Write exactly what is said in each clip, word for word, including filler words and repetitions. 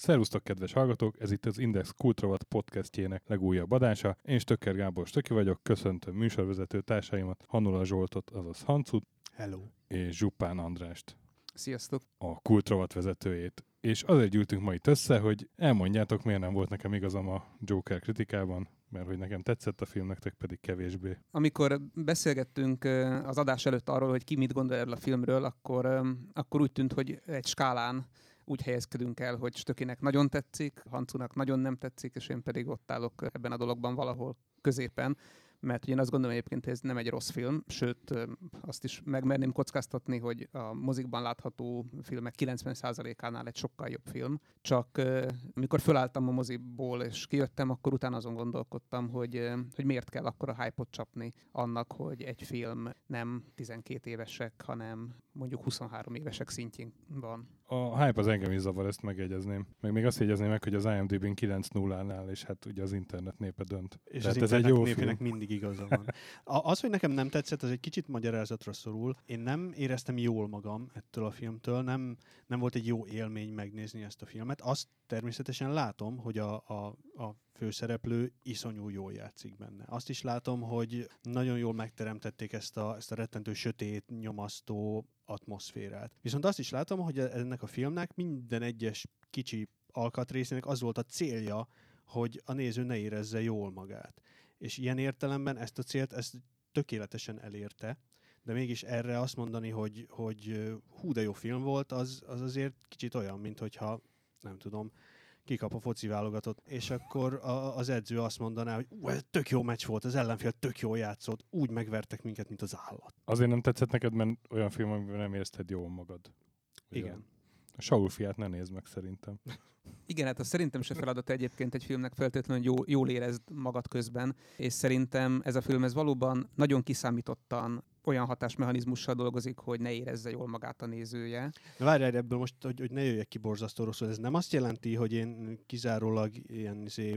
Szervusztok, kedves hallgatók! Ez itt az Index Kultrovat podcastjének legújabb adása. Én Stöcker Gábor Stöki vagyok, köszöntöm műsorvezető társaimat, Hanula Zsoltot, azaz Hancut, hello, és Zsupán Andrást. Sziasztok! A Kultrovat vezetőjét. És azért gyűltünk ma itt össze, hogy elmondjátok, miért nem volt nekem igazam a Joker kritikában, mert hogy nekem tetszett a film, nektek pedig kevésbé. Amikor beszélgettünk az adás előtt arról, hogy ki mit gondol erről a filmről, akkor, akkor úgy tűnt, hogy egy skálán úgy helyezkedünk el, hogy Stökinek nagyon tetszik, Hancunak nagyon nem tetszik, és én pedig ott állok ebben a dologban valahol középen. Mert én azt gondolom egyébként, hogy ez nem egy rossz film, sőt azt is megmerném kockáztatni, hogy a mozikban látható filmek kilencven százalékánál egy sokkal jobb film. Csak amikor fölálltam a moziból és kijöttem, akkor utána azon gondolkodtam, hogy, hogy miért kell akkor a hype-ot csapni annak, hogy egy film nem tizenkét évesek, hanem mondjuk huszonhárom évesek szintjén van. A hype az engem is zavar, ezt megjegyezném. Meg még azt jegyezném meg, hogy az IMDb-n kilenc nullánál, és hát ugye az internet népe dönt. És tehát az ez egy jó népének film. mindig igaza van. A, az, hogy nekem nem tetszett, az egy kicsit magyarázatra szorul. Én nem éreztem jól magam ettől a filmtől, nem, nem volt egy jó élmény megnézni ezt a filmet. Azt természetesen látom, hogy a, a, a főszereplő iszonyú jól játszik benne. Azt is látom, hogy nagyon jól megteremtették ezt a, ezt a rettentő sötét, nyomasztó atmoszférát. Viszont azt is látom, hogy ennek a filmnek minden egyes kicsi alkatrészének az volt a célja, hogy a néző ne érezze jól magát. És ilyen értelemben ezt a célt ezt tökéletesen elérte, de mégis erre azt mondani, hogy, hogy hú, de jó film volt, az, az azért kicsit olyan, mint hogyha, nem tudom, kikap a foci válogatott, és akkor a, az edző azt mondaná, hogy ú, ez tök jó meccs volt, az ellenfél tök jól játszott, úgy megvertek minket, mint az állat. Azért nem tetszett neked, mert olyan film, amiben nem érezted jól magad. Igen. A Saul fiát ne nézd meg szerintem. Igen, hát az szerintem se feladat egyébként egy filmnek feltétlenül, hogy jó, jól érezd magad közben, és szerintem ez a film ez valóban nagyon kiszámítottan olyan hatásmechanizmussal dolgozik, hogy ne érezze jól magát a nézője. Na várjál ebből most, hogy, hogy ne jöjjek ki borzasztó rosszul. Ez nem azt jelenti, hogy én kizárólag ilyen izé,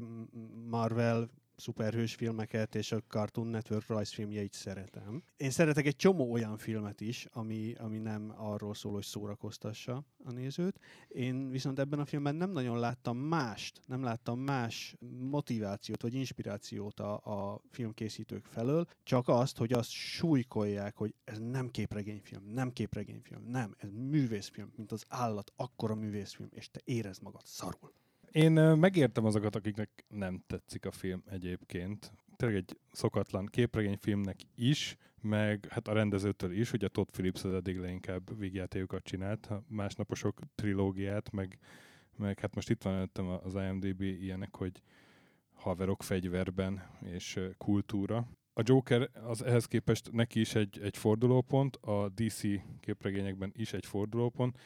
Marvel szuperhős filmeket és a Cartoon Network rajzfilmjeit szeretem. Én szeretek egy csomó olyan filmet is, ami, ami nem arról szól, hogy szórakoztassa a nézőt. Én viszont ebben a filmben nem nagyon láttam mást, nem láttam más motivációt vagy inspirációt a, a filmkészítők felől, csak azt, hogy azt súlykolják, hogy ez nem képregényfilm, nem képregényfilm, nem, ez művészfilm, mint az állat, akkora művészfilm, és te érezd magad szarul. Én megértem azokat, akiknek nem tetszik a film egyébként. Tényleg egy szokatlan képregényfilmnek is, meg hát a rendezőtől is, ugye Todd Phillips az eddig leginkább vígjátékokat csinált, a másnaposok trilógiát, meg, meg hát most itt van előttem az IMDb ilyenek, hogy haverok fegyverben és kultúra. A Joker az ehhez képest neki is egy, egy fordulópont, a dé cé képregényekben is egy fordulópont,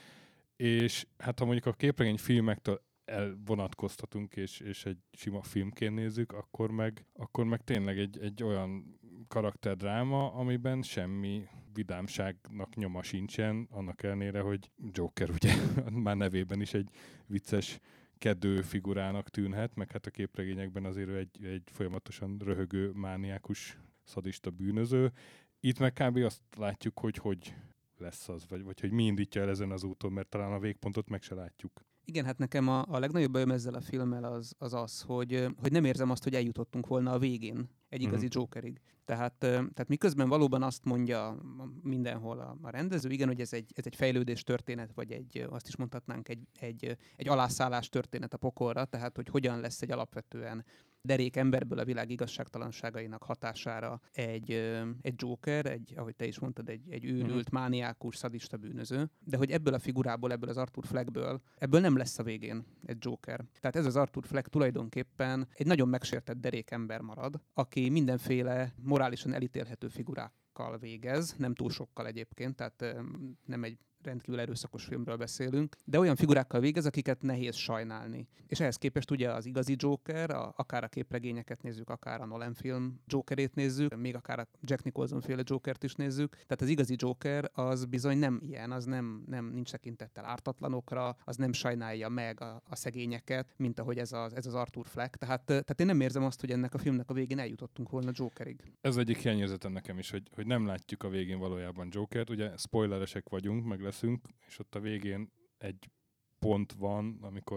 és hát ha mondjuk a képregény filmektől elvonatkoztatunk, és, és egy sima filmként nézzük, akkor meg, akkor meg tényleg egy, egy olyan karakterdráma, amiben semmi vidámságnak nyoma sincsen, annak ellenére, hogy Joker ugye már nevében is egy vicces kedő figurának tűnhet, meg hát a képregényekben azért egy, egy folyamatosan röhögő, mániákus, szadista bűnöző. Itt meg kb. Azt látjuk, hogy hogy lesz az, vagy, vagy hogy mi indítja el ezen az úton, mert talán a végpontot meg se látjuk. Igen, hát nekem a, a legnagyobb bajom ezzel a filmmel az az, az hogy, hogy nem érzem azt, hogy eljutottunk volna a végén egy igazi mm. Jokerig. Tehát, tehát miközben valóban azt mondja mindenhol a, a rendező, igen, hogy ez egy, ez egy fejlődés történet, vagy egy, azt is mondhatnánk, egy, egy, egy alászállás történet a pokolra, tehát hogy hogyan lesz egy alapvetően derék emberből a világ igazságtalanságainak hatására egy, egy Joker, egy, ahogy te is mondtad, egy, egy őrült, mániákus, szadista bűnöző, de hogy ebből a figurából, ebből az Arthur Fleckből, ebből nem lesz a végén egy Joker. Tehát ez az Arthur Fleck tulajdonképpen egy nagyon megsértett derék ember marad, aki mindenféle morálisan elítélhető figurákkal végez, nem túl sokkal egyébként, tehát nem egy rendkívül erőszakos filmről beszélünk, de olyan figurákkal végez, akiket nehéz sajnálni. És ehhez képest ugye az igazi Joker, a, akár a képregényeket nézzük, akár a Nolan film Jokerét nézzük, még akár a Jack Nicholson féle Jokert is nézzük. Tehát az igazi Joker az bizony nem ilyen, az nem, nem nincs tekintettel ártatlanokra, az nem sajnálja meg a, a szegényeket, mint ahogy ez az, ez az Arthur Fleck. Tehát, tehát én nem érzem azt, hogy ennek a filmnek a végén eljutottunk volna Jokerig. Ez egyik hiányérzetem nekem is, hogy, hogy nem látjuk a végén valójában Jokert. Ugye spoileresek vagyunk, meg leszünk, és ott a végén egy pont van, amikor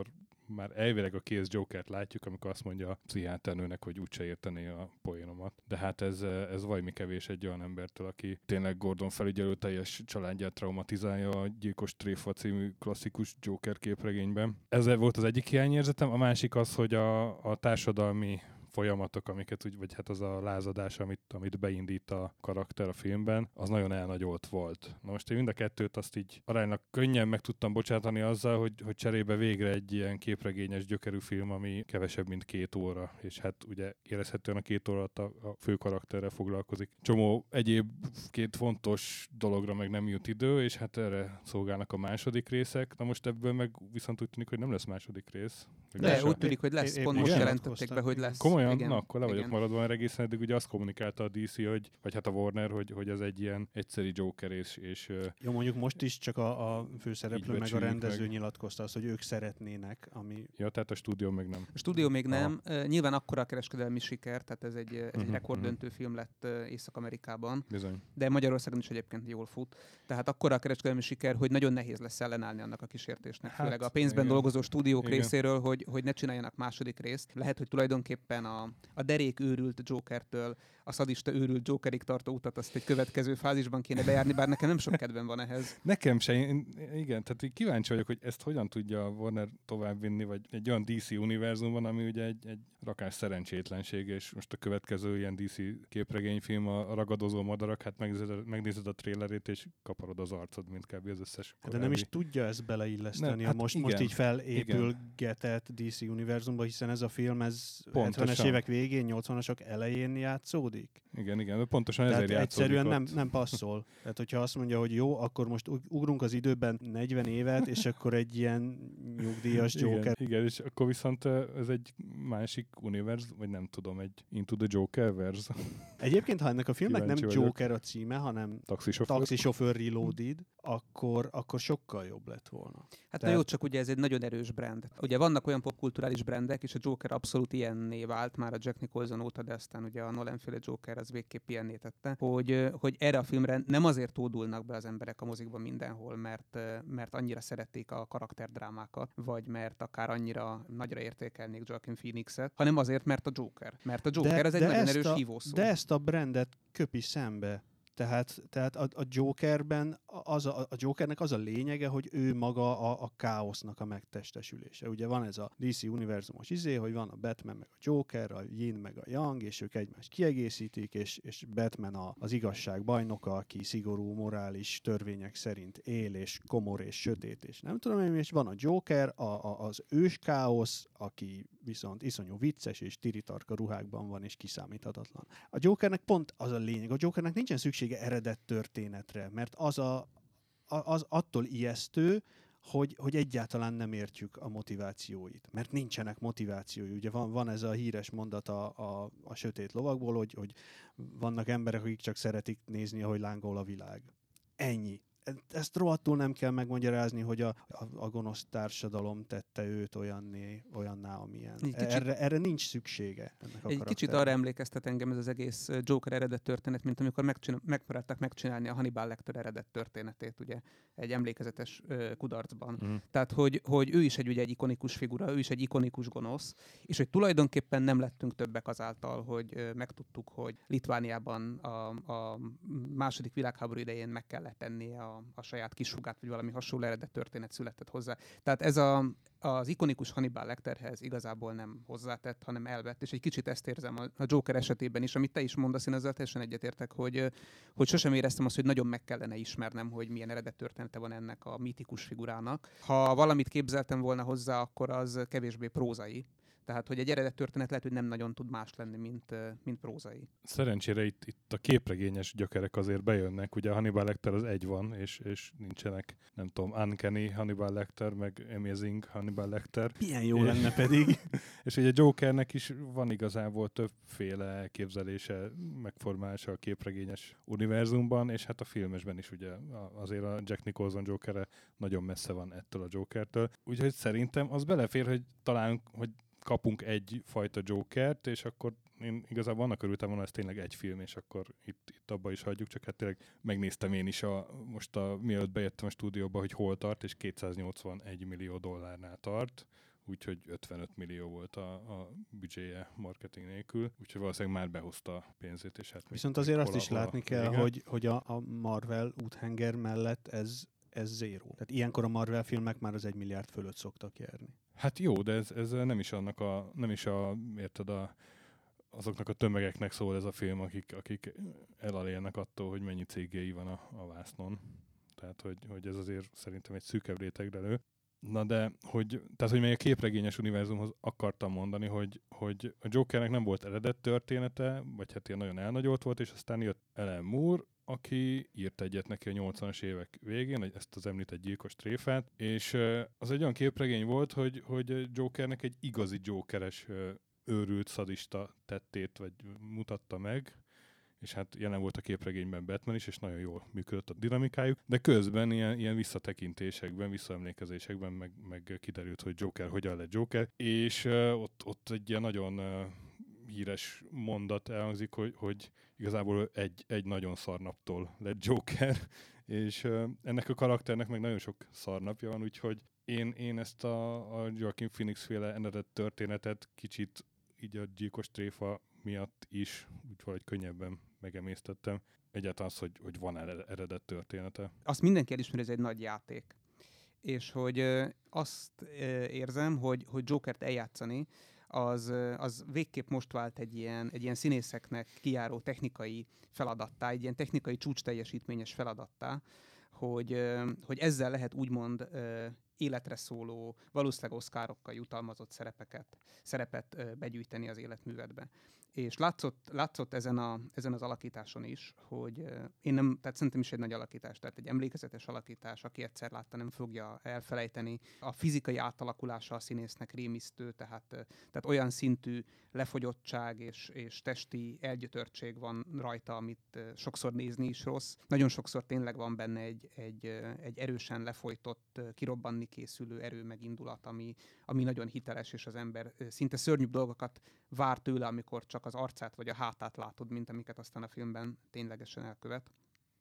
már elvileg a kész Jokert látjuk, amikor azt mondja a pszichiáternőnek, hogy úgyse értené a poénomat. De hát ez, ez valami kevés egy olyan embertől, aki tényleg Gordon felügyelő teljes családját traumatizálja a Gyilkos tréfa című klasszikus Joker képregényben. Ez volt az egyik hiányérzetem, a másik az, hogy a, a társadalmi folyamatok, amiket úgy, vagy hát az a lázadás, amit, amit beindít a karakter a filmben, az nagyon elnagyolt volt. Na most én mind a kettőt azt így aránylag könnyen meg tudtam bocsátani azzal, hogy, hogy cserébe végre egy ilyen képregényes gyökerű film, ami kevesebb, mint két óra, és hát ugye érezhetően a két óra alatt a, a fő karakterrel foglalkozik. Csomó egyéb két fontos dologra meg nem jut idő, és hát erre szolgálnak a második részek. Na most ebből meg viszont úgy tűnik, hogy nem lesz második rész. De úgy tűnik, hogy lesz, É, pont igen? most jelentették be, hogy lesz. Komolyan? Igen. Na, akkor le vagyok Igen. maradva már egészen, eddig ugye azt kommunikálta a dé cé, hogy, vagy hát a Warner, hogy, hogy ez egy ilyen egyszeri Joker, és, és Jó, mondjuk most is csak a, a főszereplő Így meg a becsüljük rendező meg. nyilatkozta azt, hogy ők szeretnének, ami... ja, tehát a stúdió még nem. A stúdió még Aha. nem. Uh, nyilván akkora a kereskedelmi siker, tehát ez egy, ez egy Mhm, rekorddöntő film lett uh, Észak-Amerikában, Bizony. de Magyarországon is egyébként jól fut. Tehát akkora a kereskedelmi siker, hogy nagyon nehéz lesz ellenállni annak a kísértésnek, Hát, főleg a pénzben igen. dolgozó stúdiók Igen. részéről, hogy, hogy ne csináljanak második részt. Lehet, hogy tulajdonképpen a, a derék őrült Jokertől a szadista őrült Jokerig tartó utat azt egy következő fázisban kéne bejárni, bár nekem nem sok kedvem van ehhez. Nekem se, én, igen, tehát így kíváncsi vagyok, hogy ezt hogyan tudja a Warner továbbvinni, vagy egy olyan dé cé univerzumban, ami ugye egy, egy rakás szerencsétlenség, és most a következő ilyen dé cé képregényfilm, a ragadozó madarak, hát megnézed a, megnézed a trailerét, és kaparod az arcod, mint kb. Az összes De nem is tudja ezt beleilleszteni Nem, a hát most, igen. most így felépülgetett dé cé univerzumba, hiszen ez a film ez Pontosan. hetvenes évek végén, nyolcvanasok elején játszódik. Igen, igen, pontosan Tehát ezért játszódik egyszerűen nem, ott. nem passzol. Tehát, hogyha azt mondja, hogy jó, akkor most ug- ugrunk az időben negyven évet, és akkor egy ilyen nyugdíjas Joker. Igen, igen, és akkor viszont eh, ez egy másik univerzum, vagy nem tudom, egy Into the Joker-verse. Egyébként, ha ennek a filmnek nem Kíváncsi vagyok. Joker a címe, hanem Taxisofőr. Taxisofőr Reloaded, akkor, akkor sokkal jobb lett volna. Hát na Tehát- jó, csak ugye ez egy nagyon erős brand. Ugye vannak olyan popkulturális brandek, és a Joker abszolút ilyenné vált már a Jack Nicholson óta, de aztán ugye a Nolan-féle Joker az végképp ilyenné tette, hogy, hogy erre a filmre nem azért tódulnak be az emberek a mozikban mindenhol, mert, mert annyira szerették a karakterdrámákat, vagy mert akár annyira nagyra értékelnék Joaquin Phoenixet, hanem azért, mert a Joker. Mert a Joker az egy nagyon ezt erős a, hívószó. De ezt a brandet köpi szembe. Tehát, tehát a, a Jokerben az a, a Jokernek az a lényege, hogy ő maga a, a káosznak a megtestesülése. Ugye van ez a dé cé univerzumos izé, hogy van a Batman meg a Joker, a Yin meg a Yang, és ők egymást kiegészítik, és, és Batman a, az igazság bajnoka, aki szigorú morális törvények szerint él, és komor, és sötét, és nem tudom én, és van a Joker, a, a, az ős káosz, aki viszont iszonyú vicces, és tiritarka ruhákban van, és kiszámíthatatlan. A Jokernek pont az a lényeg. A Jokernek nincsen szüksége eredet történetre, mert az, a, az attól ijesztő, hogy, hogy egyáltalán nem értjük a motivációit. Mert nincsenek motivációi. Ugye van, van ez a híres mondat a, a, a sötét lovakból, hogy, hogy vannak emberek, akik csak szeretik nézni, ahogy lángol a világ. Ennyi. Ezt rohadtul nem kell megmagyarázni, hogy a, a, a gonosz társadalom tette őt olyanné, olyanná, amilyen. Egy kicsit- Erre, erre nincs szüksége ennek a Egy karakternek. kicsit arra emlékeztet engem ez az egész Joker eredet történet, mint amikor megcsinál, megpróbálták megcsinálni a Hannibal Lecter eredet történetét, ugye, egy emlékezetes ö, kudarcban. Mm. Tehát, hogy, hogy ő is egy, ugye, egy ikonikus figura, ő is egy ikonikus gonosz, és hogy tulajdonképpen nem lettünk többek azáltal, hogy ö, megtudtuk, hogy Litvániában a, a második világháború idején meg kellett tennie a, a saját kisfugát, vagy valami hasonló eredet történet született hozzá. Tehát ez a, az ikonikus Hannibal Lecterhez igazából nem hozzátett, hanem elvett, és egy kicsit ezt érzem a, a Joker esetében is, amit te is mondasz, én ezzel teljesen egyetértek, hogy, hogy sosem éreztem azt, hogy nagyon meg kellene ismernem, hogy milyen eredet története van ennek a mítikus figurának. Ha valamit képzeltem volna hozzá, akkor az kevésbé prózai. Tehát, hogy egy eredet történet lehet, hogy nem nagyon tud más lenni, mint, mint prózai. Szerencsére itt, itt a képregényes gyökerek azért bejönnek. Ugye a Hannibal Lecter az egy van, és, és nincsenek, nem tudom, Uncanny Hannibal Lecter, meg Amazing Hannibal Lecter. Milyen jó És- lenne pedig. És ugye Jokernek is van igazából többféle elképzelése, megformálása a képregényes univerzumban, és hát a filmesben is ugye a- azért a Jack Nicholson Jokere nagyon messze van ettől a Jokertől. Úgyhogy szerintem az belefér, hogy talán, hogy kapunk egy fajta Jokert, és akkor én igazából annak örültem volna, ez tényleg egy film, és akkor itt, itt abba is hagyjuk, csak hát tényleg megnéztem én is a, most a, mielőtt bejöttem a stúdióba, hogy hol tart, és kétszáznyolcvanegy millió dollárnál tart, úgyhogy ötvenöt millió volt a, a büdzséje marketing nélkül, úgyhogy valószínűleg már behozta a pénzét. És hát viszont azért azt is látni kell, vége. hogy, hogy a, a Marvel úthenger mellett ez, ez zéró. Tehát ilyenkor a Marvel filmek már az egy milliárd fölött szoktak járni. Hát jó, de ez, ez nem is annak a, nem is a, érted, a, azoknak a tömegeknek szól ez a film, akik, akik elalélnek attól, hogy mennyi cégéi van a, a vásznon. Tehát, hogy, hogy ez azért szerintem egy szűkebb rétegre lő. Na de, hogy, tehát, hogy még a képregényes univerzumhoz akartam mondani, hogy, hogy a Jokernek nem volt eredet története, vagy hát ilyen nagyon elnagyolt volt, és aztán jött Alan Moore, aki írt egyet neki a nyolcvanas évek végén, ezt az említett gyilkos tréfát, és az egy olyan képregény volt, hogy, hogy Jokernek egy igazi Jokeres őrült szadista tettét vagy mutatta meg, és hát jelen volt a képregényben Batman is, és nagyon jól működött a dinamikájuk, de közben ilyen, ilyen visszatekintésekben, visszaemlékezésekben meg, meg kiderült, hogy Joker hogyan lett Joker, és uh, ott, ott egy ilyen nagyon uh, híres mondat elhangzik, hogy, hogy igazából egy, egy nagyon szarnaptól lett Joker, és uh, ennek a karakternek meg nagyon sok szarnapja van, úgyhogy én, én ezt a, a Joaquin Phoenix-féle eredet történetet kicsit így a gyilkos tréfa miatt is úgy valahogy könnyebben megemésztettem. Egyáltalán az, hogy, hogy van eredet története. Azt mindenki elismeri, ez egy nagy játék. És hogy ö, azt ö, érzem, hogy, hogy Jokert eljátszani, az, ö, az végképp most vált egy ilyen, egy ilyen színészeknek kijáró technikai feladattá, egy ilyen technikai csúcsteljesítményes feladattá, hogy, ö, hogy ezzel lehet úgymond ö, életre szóló, valószínűleg Oscarokkal jutalmazott szerepeket, szerepet ö, begyűjteni az életművedbe. És látszott, látszott ezen, a, ezen az alakításon is, hogy uh, én nem, tehát szerintem is egy nagy alakítás, tehát egy emlékezetes alakítás, aki egyszer látta, nem fogja elfelejteni. A fizikai átalakulása a színésznek rémisztő, tehát, uh, tehát olyan szintű lefogyottság és, és testi elgyötörtség van rajta, amit uh, sokszor nézni is rossz. Nagyon sokszor tényleg van benne egy, egy, uh, egy erősen lefolytott, uh, kirobbanni készülő erő megindulat, ami, ami nagyon hiteles, és az ember uh, szinte szörnyűbb dolgokat vár tőle, amikor csak az arcát vagy a hátát látod, mint amiket aztán a filmben ténylegesen elkövet.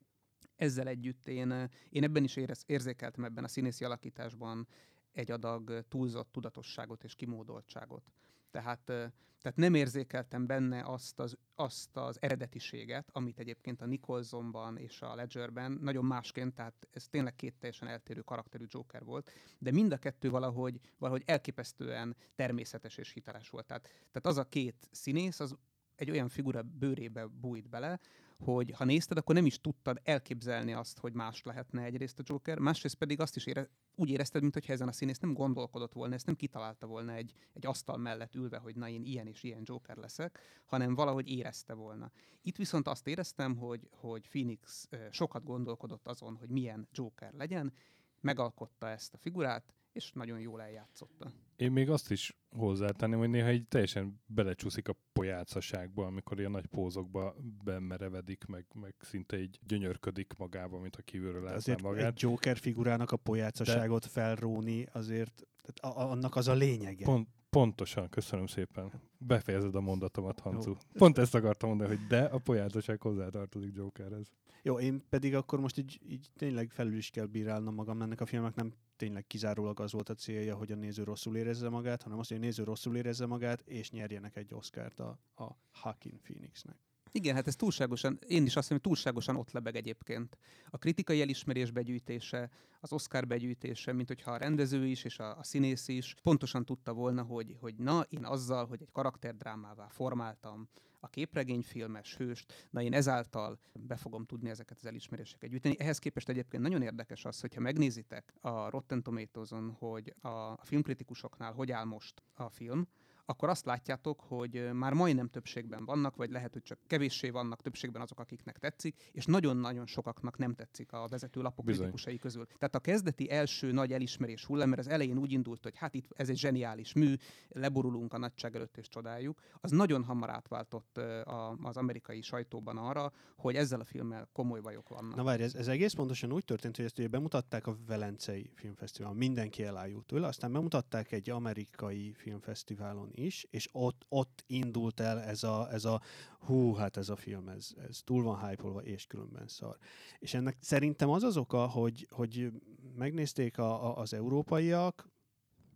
Ezzel együtt én, én ebben is érez, érzékeltem ebben a színészi alakításban egy adag túlzott tudatosságot és kimódoltságot. Tehát, tehát nem érzékeltem benne azt az, azt az eredetiséget, amit egyébként a Nicholsonban és a Ledgerben nagyon másként, tehát ez tényleg két teljesen eltérő karakterű Joker volt, de mind a kettő valahogy, valahogy elképesztően természetes és hiteles volt. Tehát, tehát az a két színész, az egy olyan figura bőrébe bújt bele, hogy ha nézted, akkor nem is tudtad elképzelni azt, hogy más lehetne egyrészt a Joker, másrészt pedig azt is ére, úgy érezted, mintha ezen a színész nem gondolkodott volna, ezt nem kitalálta volna egy, egy asztal mellett ülve, hogy na én ilyen és ilyen Joker leszek, hanem valahogy érezte volna. Itt viszont azt éreztem, hogy, hogy Phoenix sokat gondolkodott azon, hogy milyen Joker legyen, megalkotta ezt a figurát, és nagyon jól eljátszotta. Én még azt is hozzátenném, hogy néha egy teljesen belecsúszik a pojácaságba, amikor ilyen nagy pózokba bemerevedik, meg, meg szinte így gyönyörködik magába, mint a kívülről látná magát. Egy Joker figurának a pojácaságot de... felróni azért, tehát a, annak az a lényege. Pont, pontosan, köszönöm szépen. Befejezed a mondatomat, Hancu. Jó. Pont ezt akartam mondani, hogy de a pojácaság hozzátartozik Jokerhez. Jó, én pedig akkor most így, így tényleg felül is kell bírálnom magam, ennek a filmnek nem tényleg kizárólag az volt a célja, hogy a néző rosszul érezze magát, hanem az, hogy a néző rosszul érezze magát, és nyerjenek egy Oscart a, a Joaquin Phoenixnek. Igen, hát ez túlságosan, én is azt mondom, hogy túlságosan ott lebeg egyébként. A kritikai elismerés begyűjtése, az Oscar begyűjtése, mint hogyha a rendező is és a, a színész is pontosan tudta volna, hogy, hogy na, én azzal, hogy egy karakterdrámává formáltam a képregényfilmes hőst, na én ezáltal be fogom tudni ezeket az elismeréseket gyűjteni. Ehhez képest egyébként nagyon érdekes az, hogyha megnézitek a Rotten Tomatoes-on, hogy a filmkritikusoknál hogy áll most a film, akkor azt látjátok, hogy már majdnem többségben vannak, vagy lehet, hogy csak kevéssé vannak többségben azok, akiknek tetszik, és nagyon-nagyon sokaknak nem tetszik a vezető lapok Bizony. kritikusai közül. Tehát a kezdeti első nagy elismerés hullám, mert az elején úgy indult, hogy hát itt ez egy zseniális mű, leborulunk a nagyság előtt és csodáljuk, az nagyon hamar átváltott a, az amerikai sajtóban arra, hogy ezzel a filmmel komoly bajok vannak. Na várj, ez, ez egész pontosan úgy történt, hogy ezt ugye bemutatták a Velencei Filmfesztiválon, mindenki elájult tőle, aztán bemutatták egy amerikai filmfesztiválon is, és ott, ott indult el ez a, ez a hú, hát ez a film, ez, ez túl van hype-olva, és különben szar. És ennek szerintem az az oka, hogy, hogy megnézték a, a, az európaiak,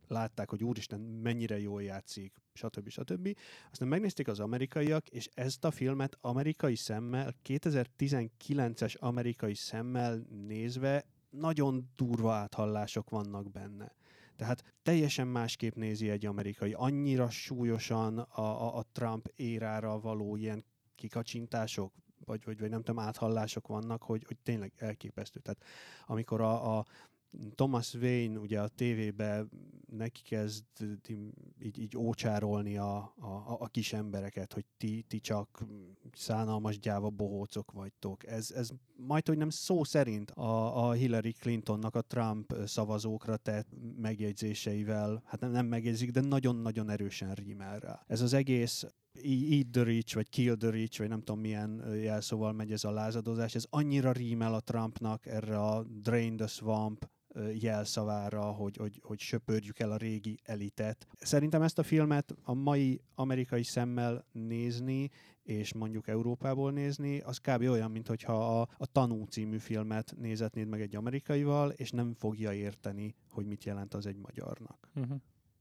látták, hogy úristen, mennyire jól játszik, stb. stb. Aztán megnézték az amerikaiak, és ezt a filmet amerikai szemmel, kétezer-tizenkilences amerikai szemmel nézve nagyon durva áthallások vannak benne. Tehát teljesen másképp nézi egy amerikai. Annyira súlyosan a, a, a Trump érára való ilyen kikacsintások, vagy, vagy, vagy nem tudom, áthallások vannak, hogy, hogy tényleg elképesztő. Tehát amikor a, a Thomas Wayne ugye a tévébe neki kezd így, így ócsárolni a, a, a kis embereket, hogy ti, ti csak szánalmas gyáva bohócok vagytok. Ez, ez majd, hogy nem szó szerint a, a Hillary Clintonnak a Trump szavazókra tett megjegyzéseivel, hát nem, nem megjegyzik, de nagyon-nagyon erősen rímel rá. Ez az egész Eat the Rich, vagy Kill the Rich, vagy nem tudom milyen jelszóval megy ez a lázadozás, ez annyira rímel a Trumpnak erre a Drain the Swamp jelszavára, hogy, hogy, hogy söpörjük el a régi elitet. Szerintem ezt a filmet a mai amerikai szemmel nézni, és mondjuk Európából nézni, az kb. Olyan, mint hogyha a, a Tanú című filmet nézetnéd meg egy amerikaival, és nem fogja érteni, hogy mit jelent az egy magyarnak. Uh-huh.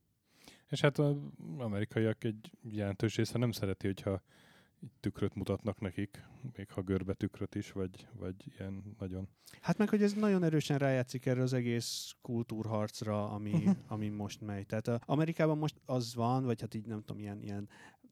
És hát az amerikaiak egy jelentős része nem szereti, hogyha tükröt mutatnak nekik, még ha görbe tükröt is, vagy, vagy ilyen nagyon... Hát meg, hogy ez nagyon erősen rájátszik erre az egész kultúrharcra, ami, ami most megy. Tehát a Amerikában most az van, vagy hát így nem tudom, ilyen, ilyen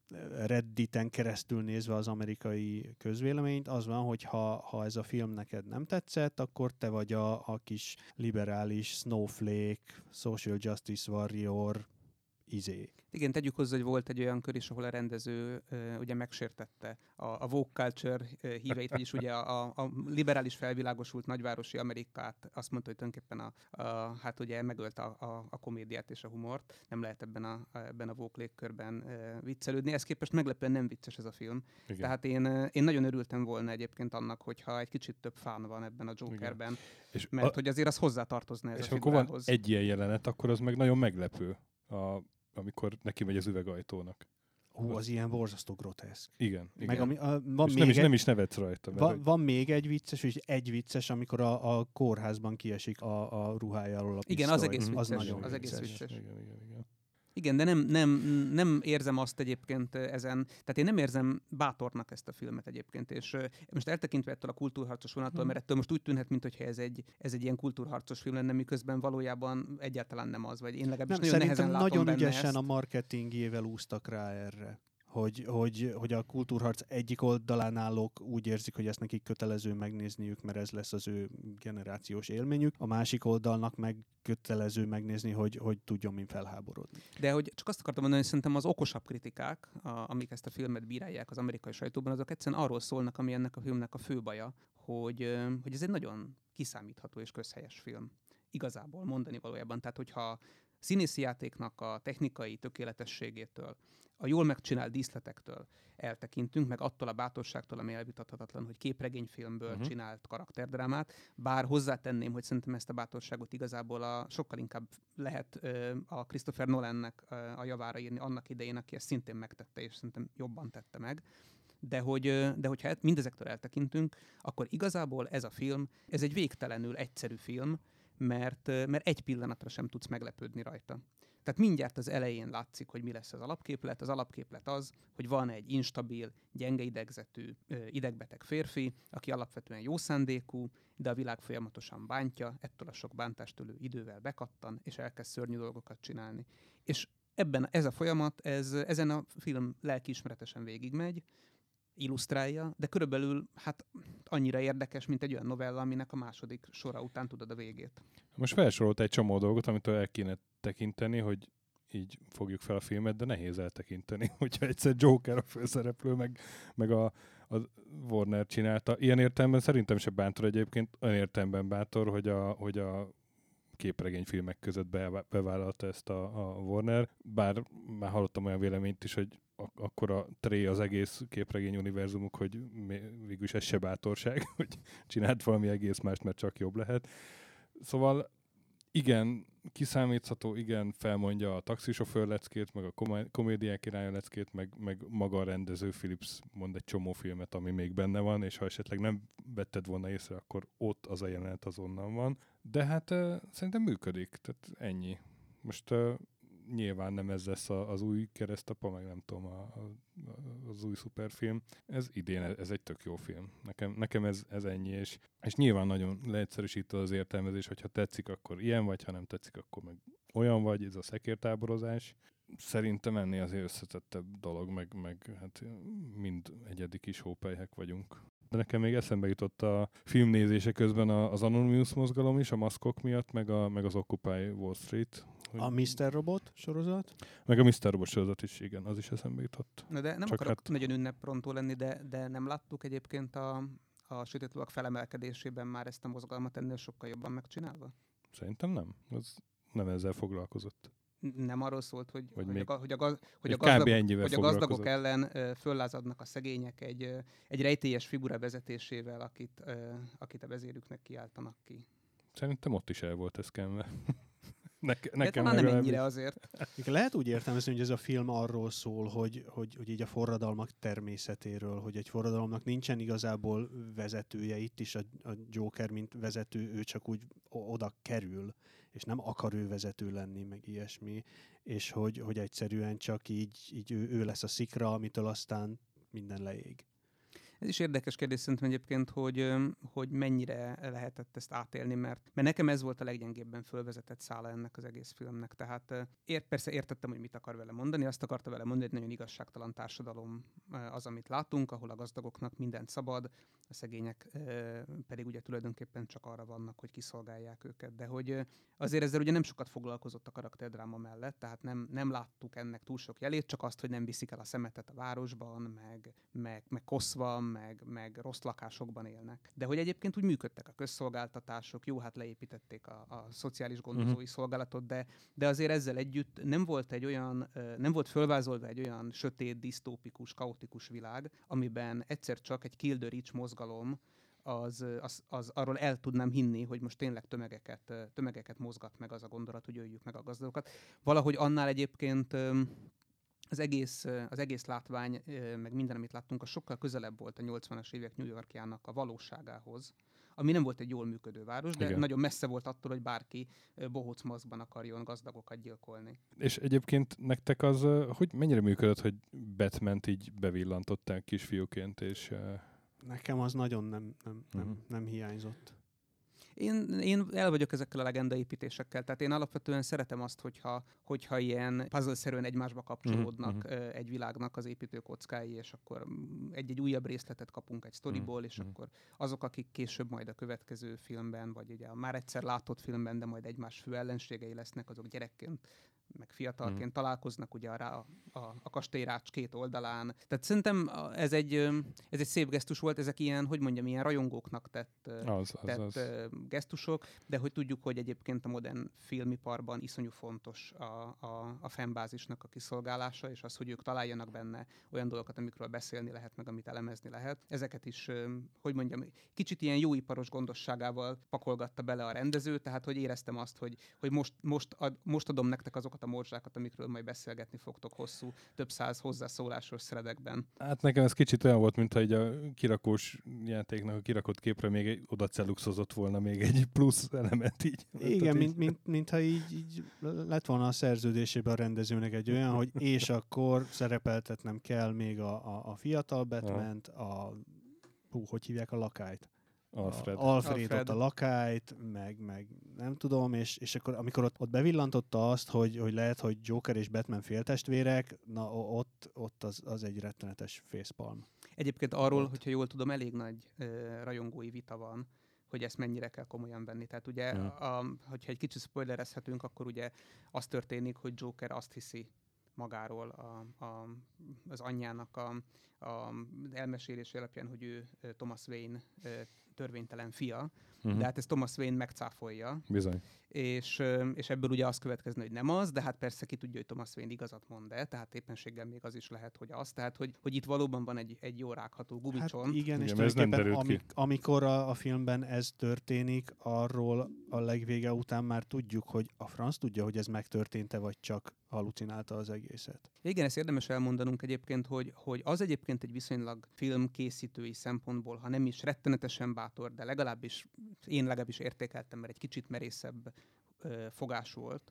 Redditen keresztül nézve az amerikai közvéleményt, az van, hogy ha, ha ez a film neked nem tetszett, akkor te vagy a, a kis liberális snowflake, social justice warrior, izé. Igen, tegyük hozzá, hogy volt egy olyan kör is, ahol a rendező uh, ugye megsértette a, a woke culture uh, híveit, vagyis ugye a, a liberális felvilágosult nagyvárosi Amerikát, azt mondta, hogy tulajdonképpen a, a, hát ugye megölte a, a, a komédiát és a humort, nem lehet ebben a, ebben a woke légkörben uh, viccelődni. Ez képest meglepően nem vicces ez a film. Igen. Tehát én, uh, én nagyon örültem volna egyébként annak, hogyha egy kicsit több fán van ebben a Jokerben, és mert a, hogy azért az hozzátartozna ez és a figurához. És akkor van egy ilyen jelenet, akkor az meg nagyon meglepő. A amikor neki megy az üvegajtónak. Hú, az, az ilyen borzasztó groteszk. Igen, igen. Meg ami, a, van és még nem, is, egy, nem is nevetsz rajta. Mert van, van még egy vicces, és egy vicces, amikor a, a kórházban kiesik a, a ruhájáról a pisztoly. Igen, az egész az vicces. Nagyon az egész vicces. vicces. Igen, igen, igen. Igen, de nem, nem, nem érzem azt egyébként ezen, tehát én nem érzem bátornak ezt a filmet egyébként, és most eltekintve ettől a kultúrharcos vonattól, hmm. mert ettől most úgy tűnhet, mintha ez egy, ez egy ilyen kultúrharcos film lenne, miközben valójában egyáltalán nem az, vagy én legalábbis nem, nagyon nehezen látom nagyon benne ügyesen ezt. A marketingjével úsztak rá erre. Hogy, hogy, hogy a kultúrharc egyik oldalán állók úgy érzik, hogy ezt nekik kötelező megnézniük, mert ez lesz az ő generációs élményük, a másik oldalnak meg kötelező megnézni, hogy, hogy tudjon mint felháborodni. De hogy csak azt akartam mondani, hogy szerintem az okosabb kritikák, a, amik ezt a filmet bírálják az amerikai sajtóban, azok egyszerűen arról szólnak, ami ennek a filmnek a fő baja, hogy, hogy ez egy nagyon kiszámítható és közhelyes film. Igazából mondani valójában. Tehát, hogyha színészi játéknak a technikai tökéletességétől, a jól megcsinált díszletektől eltekintünk, meg attól a bátorságtól, ami elvitathatatlan, hogy képregényfilmből uh-huh. csinált karakterdrámát, bár hozzátenném, hogy szerintem ezt a bátorságot igazából a, sokkal inkább lehet ö, a Christopher Nolannek ö, a javára írni annak idején, aki ezt szintén megtette, és szerintem jobban tette meg. De, hogy, de hogyha mindezektől eltekintünk, akkor igazából ez a film, ez egy végtelenül egyszerű film, mert, mert egy pillanatra sem tudsz meglepődni rajta. Tehát mindjárt az elején látszik, hogy mi lesz az alapképlet. Az alapképlet az, hogy van egy instabil, gyenge idegzetű, idegbeteg férfi, aki alapvetően jó szándékú, de a világ folyamatosan bántja, ettől a sok bántástól ő idővel bekattan, és elkezd szörnyű dolgokat csinálni. És ebben ez a folyamat, ez, ezen a film lelkiismeretesen végigmegy, illusztrálja, de körülbelül hát annyira érdekes, mint egy olyan novella, aminek a második sora után tudod a végét. Most felsorolt egy csomó dolgot, amitől el kéne tekinteni, hogy így fogjuk fel a filmet, de nehéz eltekinteni, hogyha egyszer Joker a főszereplő, meg, meg a, a Warner csinálta. Ilyen értelemben szerintem se bántor egyébként, olyan értelemben bátor, hogy a, hogy a képregényfilmek között be, bevállalta ezt a, a Warner, bár már hallottam olyan véleményt is, hogy akkor a tré az egész képregény univerzumuk, hogy végülis ez se bátorság, hogy csinált valami egész mást, mert csak jobb lehet. Szóval igen, kiszámítható, igen, felmondja a taxisofőr leckét, meg a komé- komédiák királya leckét, meg, meg maga a rendező Phillips mond egy csomó filmet, ami még benne van, és ha esetleg nem vetted volna észre, akkor ott az a jelenet azonnal van. De hát uh, szerintem működik, tehát ennyi. Most uh, nyilván nem ez lesz a, az új keresztapa, meg nem tudom, a, a, az új szuperfilm. Ez idén, ez egy tök jó film. Nekem, nekem ez, ez ennyi, és, és nyilván nagyon leegyszerűsítő az értelmezés, hogyha tetszik, akkor ilyen vagy, ha nem tetszik, akkor meg olyan vagy, ez a szekértáborozás. Szerintem ennél azért összetettebb dolog, meg, meg hát mind egyedi kis hópelyhek vagyunk. De nekem még eszembe jutott a filmnézése közben az Anonymous mozgalom is, a maszkok miatt, meg, a, meg az Occupy Wall Street. A miszter Robot sorozat? Meg a miszter Robot sorozat is, igen, az is eszembe jutott. Na de nem Csak akarok hát... nagyon ünneprontó lenni, de, de nem láttuk egyébként a, a sötét lovak felemelkedésében már ezt a mozgalmat ennél sokkal jobban megcsinálva? Szerintem nem. Az nem ezzel foglalkozott. Nem arról szólt, hogy, Vagy hogy, még, a, hogy, a, gaz, hogy, a, gazdag, gazdag, hogy a gazdagok ellen uh, föllázadnak a szegények egy, uh, egy rejtélyes figura vezetésével, akit, uh, akit a vezérüknek kiáltanak ki. Szerintem ott is el volt ez kenve. Neke, De nekem talán nem ennyire azért. Lehet úgy értelmezni, hogy ez a film arról szól, hogy, hogy, hogy így a forradalmak természetéről, hogy egy forradalomnak nincsen igazából vezetője, itt is a, a Joker, mint vezető, ő csak úgy oda kerül, és nem akar ő vezető lenni, meg ilyesmi, és hogy, hogy egyszerűen csak így, így ő, ő lesz a szikra, amitől aztán minden leég. Ez is érdekes kérdés szerintem egyébként, hogy, hogy mennyire lehetett ezt átélni, mert, mert nekem ez volt a leggyengébben fölvezetett szála ennek az egész filmnek. Tehát ért, persze értettem, hogy mit akar vele mondani, azt akarta vele mondani, hogy nagyon igazságtalan társadalom az, amit látunk, ahol a gazdagoknak mindent szabad, a szegények pedig ugye tulajdonképpen csak arra vannak, hogy kiszolgálják őket. De hogy azért ezzel ugye nem sokat foglalkozott a karakterdráma mellett, tehát nem, nem láttuk ennek túl sok jelét, csak azt, hogy nem viszik el a szemetet a városban, meg, meg, meg koszva, meg, meg rossz lakásokban élnek. De hogy egyébként úgy működtek a közszolgáltatások, jó, hát leépítették a, a szociális gondozói uh-huh. szolgálatot, de, de azért ezzel együtt nem volt egy olyan, nem volt fölvázolva egy olyan sötét, disztópikus, kaotikus világ, amiben egyszer csak egy Kill the Rich mozgalom Az, az, az arról el tudnám hinni, hogy most tényleg tömegeket, tömegeket mozgat meg az a gondolat, hogy öljük meg a gazdagokat. Valahogy annál egyébként az egész, az egész látvány, meg minden, amit láttunk, az sokkal közelebb volt a nyolcvanas évek New Yorkjának a valóságához, ami nem volt egy jól működő város, de igen. nagyon messze volt attól, hogy bárki bohóc maszkban akarjon gazdagokat gyilkolni. És egyébként nektek az, hogy mennyire működött, hogy Batmant így bevillantották kisfiúként, és... Nekem az nagyon nem, nem, nem, uh-huh. nem hiányzott. Én, én el vagyok ezekkel a legendaépítésekkel, tehát én alapvetően szeretem azt, hogyha, hogyha ilyen puzzle-szerűen egymásba kapcsolódnak uh-huh. egy világnak az építőkockái, és akkor egy-egy újabb részletet kapunk egy sztoriból, uh-huh. és akkor azok, akik később majd a következő filmben, vagy ugye a már egyszer látott filmben, de majd egymás fő ellenségei lesznek, azok gyerekként meg fiatalként mm. találkoznak ugye a, a, a kastélyrács két oldalán. Tehát szerintem ez egy, ez egy szép gesztus volt, ezek ilyen, hogy mondjam, ilyen rajongóknak tett, az, tett az, az. gesztusok, de hogy tudjuk, hogy egyébként a modern filmiparban iszonyú fontos a, a, a fanbázisnak a kiszolgálása, és az, hogy ők találjanak benne olyan dolgokat, amikről beszélni lehet, meg amit elemezni lehet. Ezeket is, hogy mondjam, kicsit ilyen jóiparos gondosságával pakolgatta bele a rendező, tehát hogy éreztem azt, hogy, hogy most, most, ad, most adom nektek azokat a morzsákat, amikről majd beszélgetni fogtok hosszú, több száz hozzászólásos szredekben. Hát nekem ez kicsit olyan volt, mintha így a kirakós játéknak a kirakott képre még egy, oda celluxozott volna még egy plusz elemet így. Igen, mint, mint, mintha így, így lett volna a szerződésében a rendezőnek egy olyan, hogy és akkor szerepeltetnem kell még a, a, a fiatal Batmant, a hú, hogy hívják a lakályt? Alfred. A Alfred, Alfred. A lakályt, meg, meg nem tudom, és, és akkor amikor ott, ott bevillantotta azt, hogy, hogy lehet, hogy Joker és Batman féltestvérek, na ott, ott az, az egy rettenetes facepalm. Egyébként arról, ott. hogyha jól tudom, elég nagy uh, rajongói vita van, hogy ezt mennyire kell komolyan venni. Tehát ugye, mm. a, hogyha egy kicsit spoilerezhetünk, akkor ugye az történik, hogy Joker azt hiszi magáról a, a, az anyjának a, a elmesélés alapján, hogy ő Thomas Wayne törvénytelen fia, uh-huh. de hát ezt Thomas Wayne megcáfolja. Bizony. És, és ebből ugye az következne, hogy nem az, de hát persze ki tudja, hogy Thomas Wayne igazat mond-e, tehát éppenséggel még az is lehet, hogy az. Tehát, hogy, hogy itt valóban van egy, egy jó rágható gumicsont. Hát igen, igen, és ez nem derült amik, ki. amikor a, a filmben ez történik, arról a legvége után már tudjuk, hogy a franc tudja, hogy ez megtörtént-e, vagy csak halucinálta az egészet. Igen, ezt érdemes elmondanunk egyébként, hogy, hogy az egyébként egy viszonylag filmkészítői szempontból, ha nem is rettenetesen bátor, de legalábbis én legalábbis értékeltem, mert egy kicsit merészebb ö, fogás volt,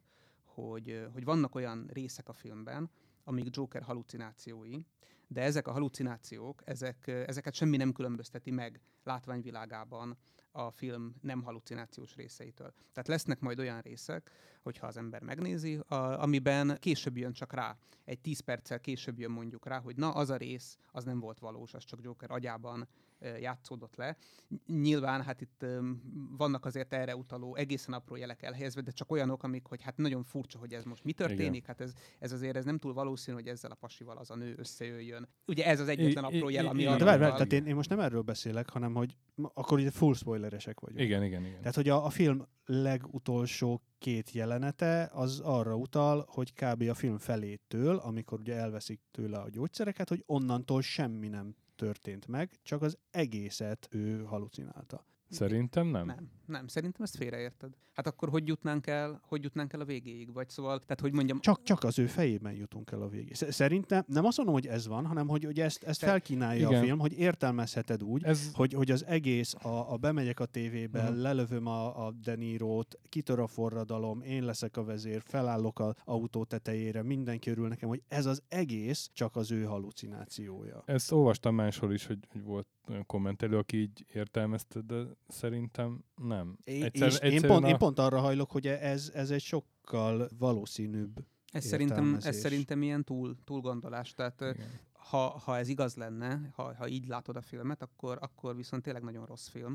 hogy, hogy vannak olyan részek a filmben, amik Joker halucinációi, de ezek a halucinációk, ezek, ezeket semmi nem különbözteti meg látványvilágában a film nem halucinációs részeitől. Tehát lesznek majd olyan részek, hogyha az ember megnézi, a, amiben később jön csak rá, egy tíz perccel később jön mondjuk rá, hogy na, az a rész, az nem volt valós, az csak Joker agyában e, játszódott le. Nyilván hát itt e, vannak azért erre utaló egészen apró jelek elhelyezve, de csak olyanok, amik, hogy hát nagyon furcsa, hogy ez most mi történik, igen. Hát ez, ez azért ez nem túl valószínű, hogy ezzel a pasival az a nő összejöjjön. Ugye ez az egyetlen apró jel, ami arra utal. Tehát én, én most nem erről beszélek, hanem hogy akkor ugye full spoileresek vagyunk. Igen, igen, igen. Tehát, hogy a, a film legutolsó két jelenete az arra utal, hogy kb. A film felétől, amikor ugye elveszik tőle a gyógyszereket, hogy onnantól semmi nem történt meg, csak az egészet ő halucinálta. Szerintem nem. Nem, nem. Szerintem ezt félreérted. Hát akkor hogy jutnánk el, hogy jutnánk el a végéig? Vagy szóval, tehát hogy mondjam... Csak, csak az ő fejében jutunk el a végéig. Szerintem nem azt mondom, hogy ez van, hanem hogy, hogy ezt, ezt felkínálja igen. a film, hogy értelmezheted úgy, ez... hogy, hogy az egész, a, a bemegyek a tévébe, uh-huh. lelövöm a, a De Nirót, kitör a forradalom, én leszek a vezér, felállok az autó tetejére, mindenki örül nekem, hogy ez az egész csak az ő halucinációja. Ezt olvastam máshol is, hogy, hogy volt olyan kommentelő, aki így értelmezte, de szerintem nem. É, egyszer, és én, pont, a... én pont arra hajlok, hogy ez, ez egy sokkal valószínűbb ez szerintem, ez szerintem ilyen túl, túlgondolás. Tehát ha, ha ez igaz lenne, ha, ha így látod a filmet, akkor, akkor viszont tényleg nagyon rossz film.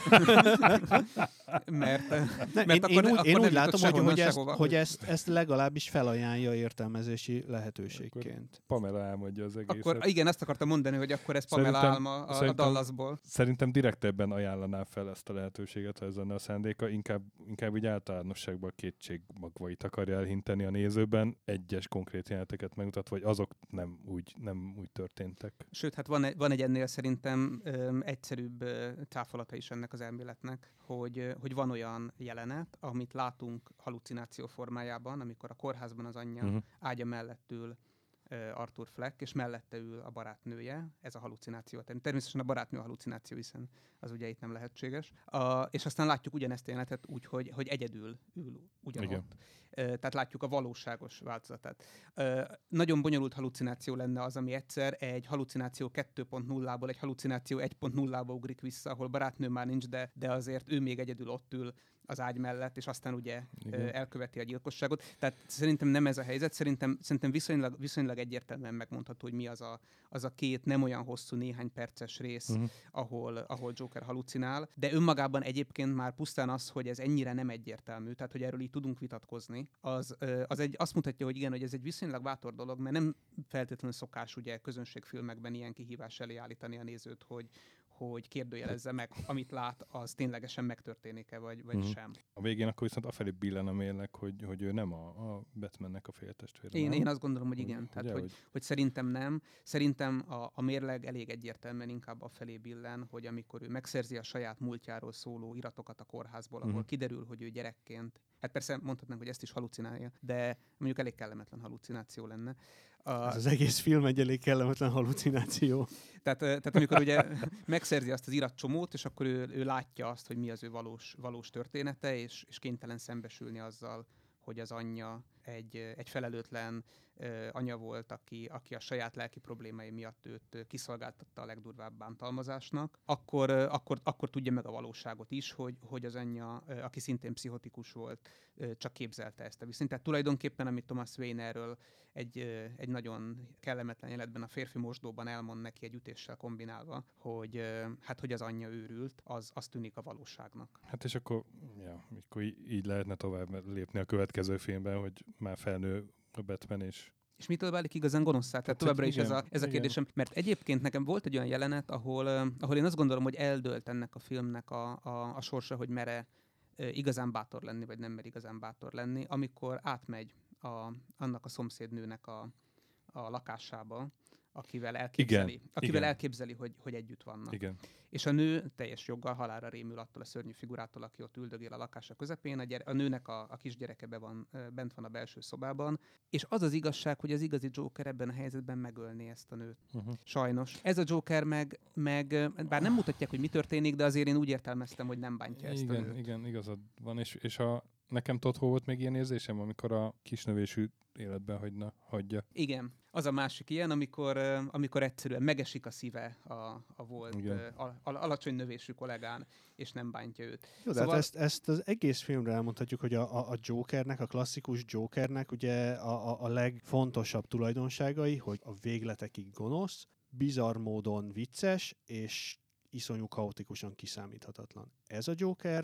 mert, ne, mert én, akkor, én úgy, akkor én úgy látom, hogy, hogy, ezt, sehova. hogy ezt, ezt legalábbis felajánlja értelmezési lehetőségként. Akkor Pamela álmodja az egészet. Akkor, igen, ezt akartam mondani, hogy akkor ez Pamela szerintem, álma a, szerintem, a Dallasból. Szerintem direktebben ajánlaná fel ezt a lehetőséget, ha ez lenne a szándéka. Inkább, inkább így általánosságban a kétség magvait akarja elhinteni a nézőben, egyes konkrét jeleneteket megmutatva, hogy azok nem úgy, nem úgy történtek. Sőt, hát van egy, van egy ennél szerintem öm, egyszerűbb ö, cáfolata is ennek az elméletnek, hogy, ö, hogy van olyan jelenet, amit látunk halucináció formájában, amikor a kórházban az anyja uh-huh. ágya mellett ül ö, Arthur Fleck, és mellette ül a barátnője, ez a halucináció. Természetesen a barátnő a halucináció, hiszen az ugye itt nem lehetséges. A, és aztán látjuk ugyanezt a jelenetet úgy, hogy, hogy egyedül ül ugyanott. Igen. Tehát látjuk a valóságos változatát. Nagyon bonyolult halucináció lenne az, ami egyszer egy halucináció kettő pont nullából egy halucináció egy pont nullába ugrik vissza, ahol barátnő már nincs, de, de azért ő még egyedül ott ül az ágy mellett, és aztán ugye igen. elköveti a gyilkosságot. Tehát szerintem nem ez a helyzet, szerintem, szerintem viszonylag, viszonylag egyértelműen megmondható, hogy mi az a, az a két nem olyan hosszú, néhány perces rész, uh-huh. ahol, ahol Joker halucinál, de önmagában egyébként már pusztán az, hogy ez ennyire nem egyértelmű, tehát hogy erről így tudunk vitatkozni, az, az egy, azt mutatja, hogy igen, hogy ez egy viszonylag bátor dolog, mert nem feltétlenül szokás ugye közönségfilmekben ilyen kihívás elé állítani a nézőt, hogy, hogy kérdőjelezze meg, amit lát, az ténylegesen megtörténik-e, vagy, vagy uh-huh. sem. A végén akkor viszont afelé billen a mérleg, hogy, hogy ő nem a, a Batmannek a féltestvére. Én, én azt gondolom, hogy igen. Tehát, ugye, hogy, hogy... hogy szerintem nem. Szerintem a, a mérleg elég egyértelműen inkább afelé billen, hogy amikor ő megszerzi a saját múltjáról szóló iratokat a kórházból, ahol uh-huh. kiderül, hogy ő gyerekként, hát persze mondhatnánk, hogy ezt is halucinálja, de mondjuk elég kellemetlen halucináció lenne. A... Ez az egész film egy elég kellemetlen halucináció. Tehát, tehát amikor ugye megszerzi azt az iratcsomót, és akkor ő, ő látja azt, hogy mi az ő valós, valós története, és, és kénytelen szembesülni azzal, hogy az anyja egy, egy felelőtlen uh, anya volt, aki, aki a saját lelki problémái miatt őt uh, kiszolgáltatta a legdurvább bántalmazásnak, akkor, uh, akkor, akkor tudja meg a valóságot is, hogy, hogy az anyja, uh, aki szintén pszichotikus volt, uh, csak képzelte ezt a viszonyt. Tehát tulajdonképpen, amit Thomas Wayne erről egy, uh, egy nagyon kellemetlen jelenetben a férfi mosdóban elmond neki egy ütéssel kombinálva, hogy, uh, hát, hogy az anyja őrült, az, az tűnik a valóságnak. Hát és akkor, ja, akkor így lehetne tovább lépni a következő filmben, hogy már felnő a Batman és... És mitől válik igazán gonoszszá? Tehát továbbra is ez a, ez a kérdésem. Mert egyébként nekem volt egy olyan jelenet, ahol, uh, ahol én azt gondolom, hogy eldőlt ennek a filmnek a, a, a sorsa, hogy mere uh, igazán bátor lenni, vagy nem mer igazán bátor lenni, amikor átmegy a, annak a szomszédnőnek a, a lakásába, akivel elképzeli, igen, akivel igen. elképzeli hogy, hogy együtt vannak. Igen. És a nő teljes joggal halálra rémül attól a szörnyű figurától, aki ott üldögél a lakása közepén. A, gyere, a nőnek a, a kisgyereke be van, bent van a belső szobában. És az az igazság, hogy az igazi Joker ebben a helyzetben megölné ezt a nőt. Uh-huh. Sajnos. Ez a Joker meg, meg, bár nem mutatják, hogy mi történik, de azért én úgy értelmeztem, hogy nem bántja ezt igen, a nőt. Igen, igazad van. És, és a nekem tudod, hol volt még ilyen érzésem, amikor a kisnövésű életben hagyna, hagyja. Igen. Az a másik ilyen, amikor, amikor egyszerűen megesik a szíve a, a volt a, a, alacsony növésű kollégán, és nem bántja őt. Jó, szóval... ezt, ezt az egész filmre elmondhatjuk, hogy a, a, a Jokernek, a klasszikus Jokernek ugye a, a, a legfontosabb tulajdonságai, hogy a végletekig gonosz, bizarr módon vicces, és iszonyú kaotikusan kiszámíthatatlan. Ez a Joker,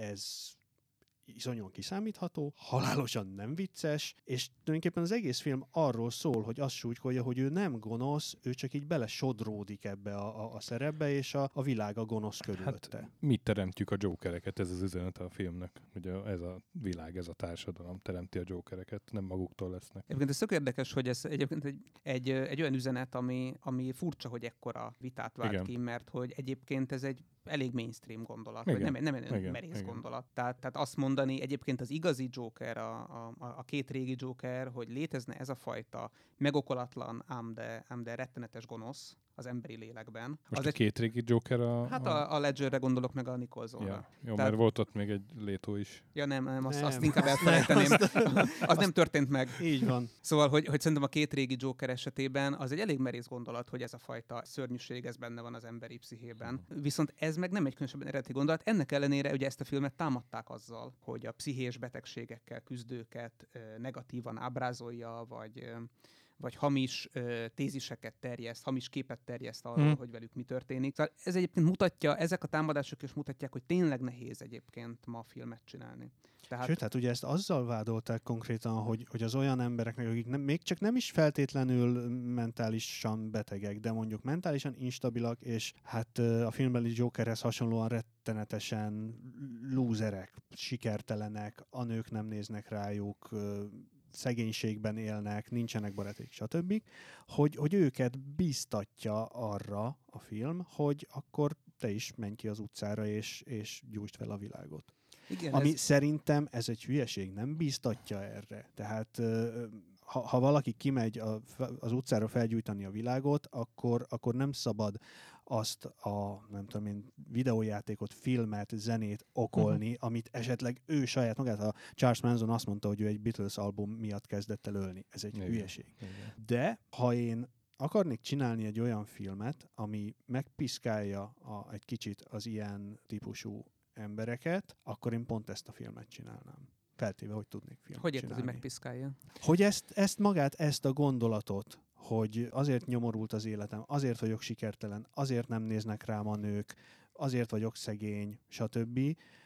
ez iszonyúan kiszámítható, halálosan nem vicces, és tulajdonképpen az egész film arról szól, hogy azt súlykolja, hogy ő nem gonosz, ő csak így bele sodródik ebbe a, a, a szerepbe, és a, a világ a gonosz körülötte. Hát mit teremtjük a Jokereket, ez az üzenet a filmnek. Ugye ez a világ, ez a társadalom teremti a Jokereket, nem maguktól lesznek. Egyébként ez tök érdekes, hogy ez egyébként egy, egy, egy olyan üzenet, ami, ami furcsa, hogy ekkora vitát vált Igen. ki, mert hogy egyébként ez egy elég mainstream gondolat, Igen. vagy nem, nem egy Igen. merész Igen. gondolat. Tehát, tehát azt mondani, egyébként az igazi Joker, a, a, a két régi Joker, hogy létezne ez a fajta megokolatlan, ám de, ám de rettenetes gonosz az emberi lélekben. Most az a egy, két régi Joker a... hát a, a Ledgerre gondolok, meg a Nicholsonra. Ja. Jó, Tehát... mert volt ott még egy Létó is. Ja nem, nem, azt, nem, azt inkább azt elfelejteném. nem, az azt nem történt meg. Így van. Szóval, hogy, hogy szerintem a két régi Joker esetében az egy elég merész gondolat, hogy ez a fajta szörnyűség, ez benne van az emberi pszichében. Viszont ez meg nem egy különösebben eredeti gondolat. Ennek ellenére ugye ezt a filmet támadták azzal, hogy a pszichés betegségekkel küzdőket ö, negatívan ábrázolja, vagy... Ö, vagy hamis ö, téziseket terjeszt, hamis képet terjeszt arról, hmm. hogy velük mi történik. Szóval ez egyébként mutatja, ezek a támadások is mutatják, hogy tényleg nehéz egyébként ma filmet csinálni. Tehát... Sőt, hát ugye ezt azzal vádolták konkrétan, hogy, hogy az olyan embereknek, akik nem, még csak nem is feltétlenül mentálisan betegek, de mondjuk mentálisan instabilak, és hát a filmbeli Jokerhez hasonlóan rettenetesen lúzerek, sikertelenek, a nők nem néznek rájuk, szegénységben élnek, nincsenek barátok, stb., hogy, hogy őket bíztatja arra a film, hogy akkor te is menj ki az utcára, és, és gyújtsd fel a világot. Igen, Ami ez... szerintem ez egy hülyeség, nem bíztatja erre. Tehát ha, ha valaki kimegy a, az utcára felgyújtani a világot, akkor, akkor nem szabad azt a, nem tudom én, videójátékot, filmet, zenét okolni, uh-huh. amit esetleg ő saját magát, a Charles Manson azt mondta, hogy ő egy Beatles album miatt kezdett el ölni. Ez egy Igen. hülyeség. Igen. De ha én akarnék csinálni egy olyan filmet, ami megpiszkálja a, egy kicsit az ilyen típusú embereket, akkor én pont ezt a filmet csinálnám. Feltéve, hogy tudnék filmet Hogy érted, csinálni. hogy megpiszkálja? Hogy ezt, ezt magát, ezt a gondolatot, hogy azért nyomorult az életem, azért vagyok sikertelen, azért nem néznek rám a nők, azért vagyok szegény, stb.,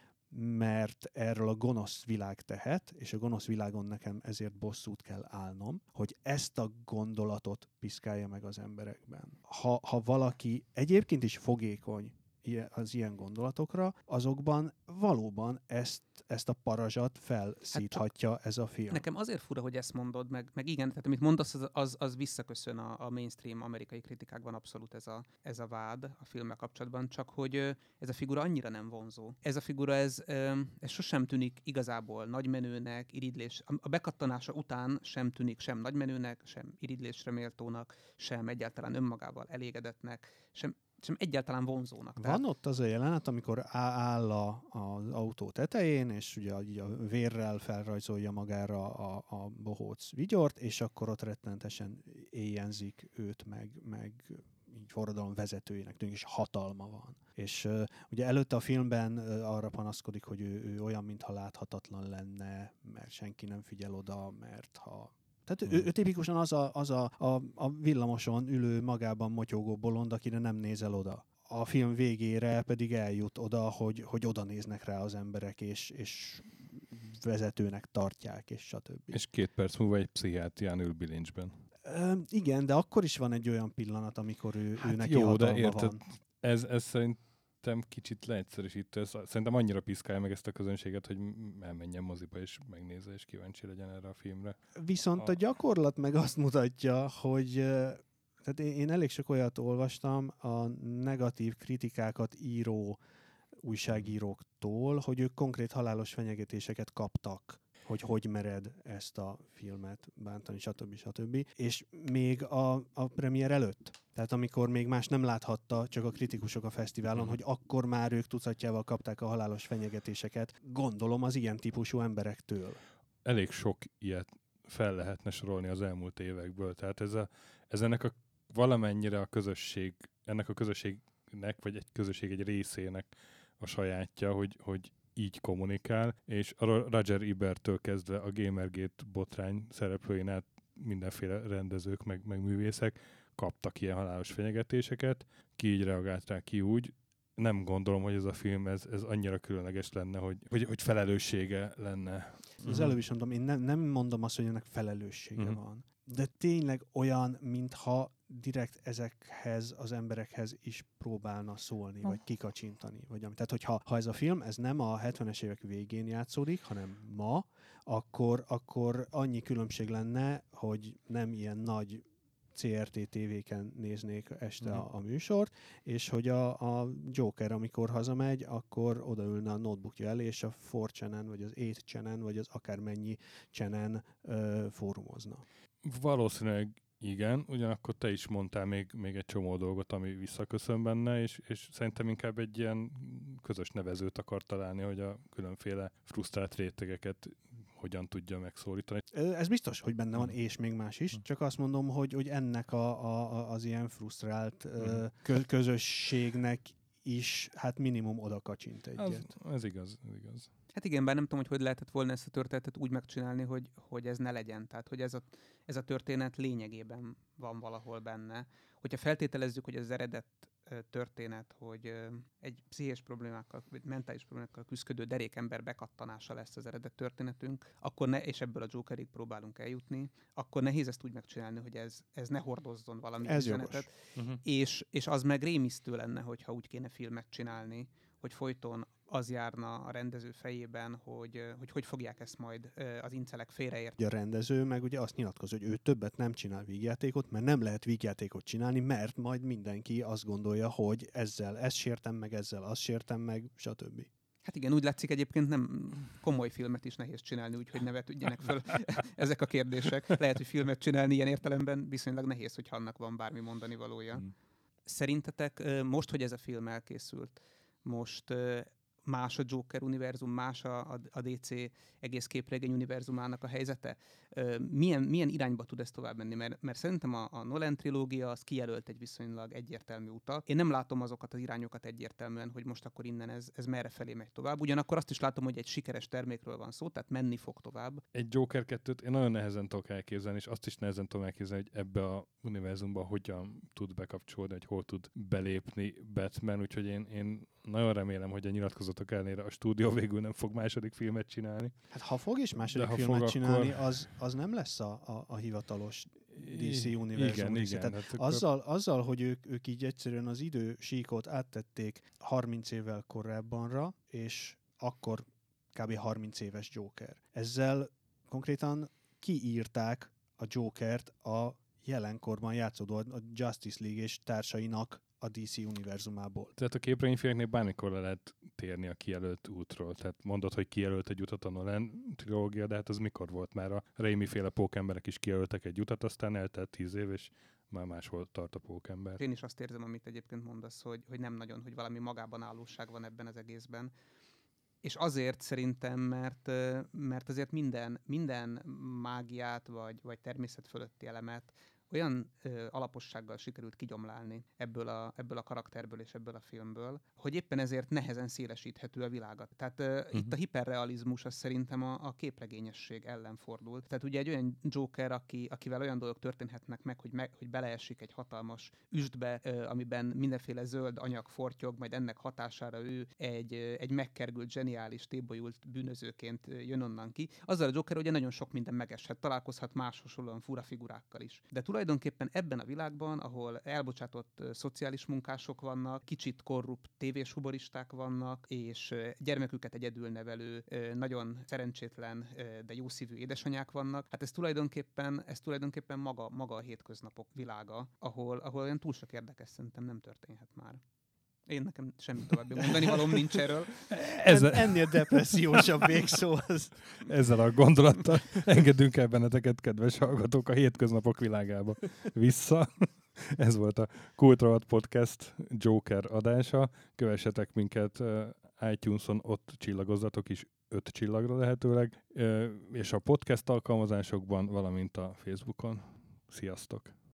mert erről a gonosz világ tehet, és a gonosz világon nekem ezért bosszút kell állnom, hogy ezt a gondolatot piszkálja meg az emberekben. Ha, ha valaki egyébként is fogékony az ilyen gondolatokra, azokban valóban ezt, ezt a parazsat felszíthatja hát ez a film. Nekem azért fura, hogy ezt mondod, meg, meg igen, tehát amit mondasz, az, az, az visszaköszön a, a mainstream amerikai kritikákban abszolút ez a, ez a vád a filmmel kapcsolatban, csak hogy ez a figura annyira nem vonzó. Ez a figura, ez, ez sosem tűnik igazából nagymenőnek, irigylés. A bekattanása után sem tűnik sem nagymenőnek, sem irigylésre méltónak, sem egyáltalán önmagával elégedettnek, sem sem egyáltalán vonzónak. Van Tehát... ott az a jelenet, amikor áll a, az autó tetején, és ugye a vérrel felrajzolja magára a, a bohóc vigyort, és akkor ott rettenetesen éjjenzik őt, meg, meg így forradalom vezetőjének tűnik, és hatalma van. És uh, ugye előtte a filmben uh, arra panaszkodik, hogy ő, ő olyan, mintha láthatatlan lenne, mert senki nem figyel oda, mert ha Tehát ő, ő tipikusan az, a, az a, a, a villamoson ülő, magában motyogó bolond, akire nem nézel oda. A film végére pedig eljut oda, hogy, hogy oda néznek rá az emberek, és, és vezetőnek tartják, és stb. És két perc múlva egy pszichiátrián ül bilincsben. Ö, igen, de akkor is van egy olyan pillanat, amikor ő, hát ő neki jó, hatalma de érted, van. Ez, ez szerintem kicsit leegyszerűsítő. Szerintem annyira piszkálja meg ezt a közönséget, hogy elmenjen moziba, és megnézze, és kíváncsi legyen erre a filmre. Viszont a, a gyakorlat meg azt mutatja, hogy tehát én, én elég sok olyat olvastam a negatív kritikákat író újságíróktól, hogy ők konkrét halálos fenyegetéseket kaptak, hogy hogy mered ezt a filmet bántani, stb. stb. És még a, a premier előtt. Tehát amikor még más nem láthatta, csak a kritikusok a fesztiválon, hogy akkor már ők tucatjával kapták a halálos fenyegetéseket, gondolom az ilyen típusú emberektől. Elég sok ilyet fel lehetne sorolni az elmúlt évekből. Tehát ez, a, ez ennek a valamennyire a közösség, ennek a közösségnek, vagy egy közösség egy részének a sajátja, hogy, hogy így kommunikál, és a Roger Eberttől kezdve a Gamergate botrány szereplőin át mindenféle rendezők, meg, meg művészek kaptak ilyen halálos fenyegetéseket, ki így reagált rá, ki úgy. Nem gondolom, hogy ez a film ez, ez annyira különleges lenne, hogy, hogy, hogy felelőssége lenne. Az uh-huh. előbb is mondom, én nem, nem mondom azt, hogy ennek felelőssége uh-huh. van. De tényleg olyan, mintha direkt ezekhez az emberekhez is próbálna szólni, uh-huh. vagy kikacsintani. Vagy ami. Tehát, hogyha ha ez a film ez nem a hetvenes évek végén játszódik, hanem ma, akkor, akkor annyi különbség lenne, hogy nem ilyen nagy cé er té tévéken néznék este uh-huh. a, a műsort, és hogy a, a Joker, amikor hazamegy, akkor odaülne a notebookja elé, és a four channel, vagy az eight channel, vagy az akármennyi channel ö, fórumozna. Valószínűleg igen, ugyanakkor te is mondtál még, még egy csomó dolgot, ami visszaköszön benne, és, és szerintem inkább egy ilyen közös nevezőt akar találni, hogy a különféle frusztrált rétegeket hogyan tudja megszólítani. Ez biztos, hogy benne van, és még más is. Csak azt mondom, hogy, hogy ennek a, a, az ilyen frusztrált mm. kö, közösségnek is hát minimum oda kacsint egyet. Ez, ez igaz, ez igaz. Hát igen, bár nem tudom, hogy hogy lehetett volna ezt a történetet úgy megcsinálni, hogy, hogy ez ne legyen. Tehát, hogy ez a, ez a történet lényegében van valahol benne. Hogyha feltételezzük, hogy az eredet történet, hogy egy pszichés problémákkal, vagy mentális problémákkal küzdő derékember bekattanása lesz az eredet történetünk, akkor ne, és ebből a Jokerig próbálunk eljutni, akkor nehéz ezt úgy megcsinálni, hogy ez, ez ne hordozzon valami ez üzenetet. Uh-huh. És, és az meg rémisztő lenne, hogyha úgy kéne filmet csinálni, hogy folyton az járna a rendező fejében, hogy hogy, hogy fogják ezt majd az incelek félreérteni. A rendező meg ugye azt nyilatkozza, hogy ő többet nem csinál vígjátékot, mert nem lehet vígjátékot csinálni, mert majd mindenki azt gondolja, hogy ezzel ezt sértem meg, ezzel azt sértem meg, stb. Hát igen, úgy látszik egyébként nem komoly filmet is nehéz csinálni, úgyhogy ne vetődjenek föl ezek a kérdések. Lehet, hogy filmet csinálni ilyen értelemben viszonylag nehéz, hogyha annak van bármi mondani valója. Hmm. Szerintetek most, hogy ez a film elkészült, most más a Joker univerzum, más a, a dé cé egész képregény univerzumának a helyzete? Milyen, milyen irányba tud ez tovább menni? Mert, mert szerintem a, a Nolan trilógia az kijelölt egy viszonylag egyértelmű utat. Én nem látom azokat az irányokat egyértelműen, hogy most akkor innen ez, ez merre felé megy tovább. Ugyanakkor azt is látom, hogy egy sikeres termékről van szó, tehát menni fog tovább. Egy Joker kettőt én nagyon nehezen tudok elképzelni, és azt is nehezen tudom elképzelni, hogy ebbe a univerzumba hogyan tud bekapcsolódni, hogy hol tud belépni Batman, úgyhogy én, én nagyon remélem, hogy a nyilatkozatok ellenére a stúdió végül nem fog második filmet csinálni. Hát ha fog is második ha filmet fog, csinálni, akkor... az, az nem lesz a, a, a hivatalos dé cé univerzum. Igen, igen. Hát azzal, azzal, hogy ők, ők így egyszerűen az idősíkot áttették harminc évvel korábbanra, és akkor kb. harminc éves Joker. Ezzel konkrétan kiírták a Jokert a jelenkorban játszódó a Justice League és társainak a dé cé univerzumából. Tehát a képregényfilmeknél bármikor le lehet térni a kijelölt útról. Tehát mondod, hogy kijelölt egy utat a Nolan trilógia, de hát az mikor volt már? A Raimi-féle pókemberek is kijelöltek egy utat, aztán eltelt tíz év, és már máshol tart a pókember. Én is azt érzem, amit egyébként mondasz, hogy, hogy nem nagyon, hogy valami magában állóság van ebben az egészben. És azért szerintem, mert, mert azért minden, minden mágiát vagy, vagy természet fölötti elemet olyan ö, alapossággal sikerült kigyomlálni ebből a, ebből a karakterből és ebből a filmből, hogy éppen ezért nehezen szélesíthető a világat. Tehát ö, uh-huh. itt a hiperrealizmus az szerintem a, a képregényesség ellen fordul. Tehát ugye egy olyan Joker, aki, akivel olyan dolgok történhetnek meg, hogy, meg, hogy beleesik egy hatalmas üstbe, ö, amiben mindenféle zöld anyag fortyog, majd ennek hatására ő egy, ö, egy megkergült, zseniális, tébolyult bűnözőként ö, jön onnan ki. Azzal a Joker ugye nagyon sok minden megeshet, találkozhat más hasonlóan fura figurákkal is. De tulajdonképpen ebben a világban, ahol elbocsátott uh, szociális munkások vannak, kicsit korrupt tévés humoristák vannak, és uh, gyermeküket egyedül nevelő, uh, nagyon szerencsétlen, uh, de jószívű édesanyák vannak, hát ez tulajdonképpen, ez tulajdonképpen maga, maga a hétköznapok világa, ahol, ahol olyan túl sok érdekes szerintem nem történhet már. Én nekem semmi további mondani valóm nincs erről. Ezzel... Ennél depressziósabb végszó az. Ezzel a gondolattal engedünk el benneteket, kedves hallgatók, a hétköznapok világába vissza. Ez volt a Kultravat Podcast Joker adása. Kövessetek minket uh, iTunes-on, ott csillagozzatok is öt csillagra lehetőleg, uh, és a podcast alkalmazásokban, valamint a Facebookon. Sziasztok!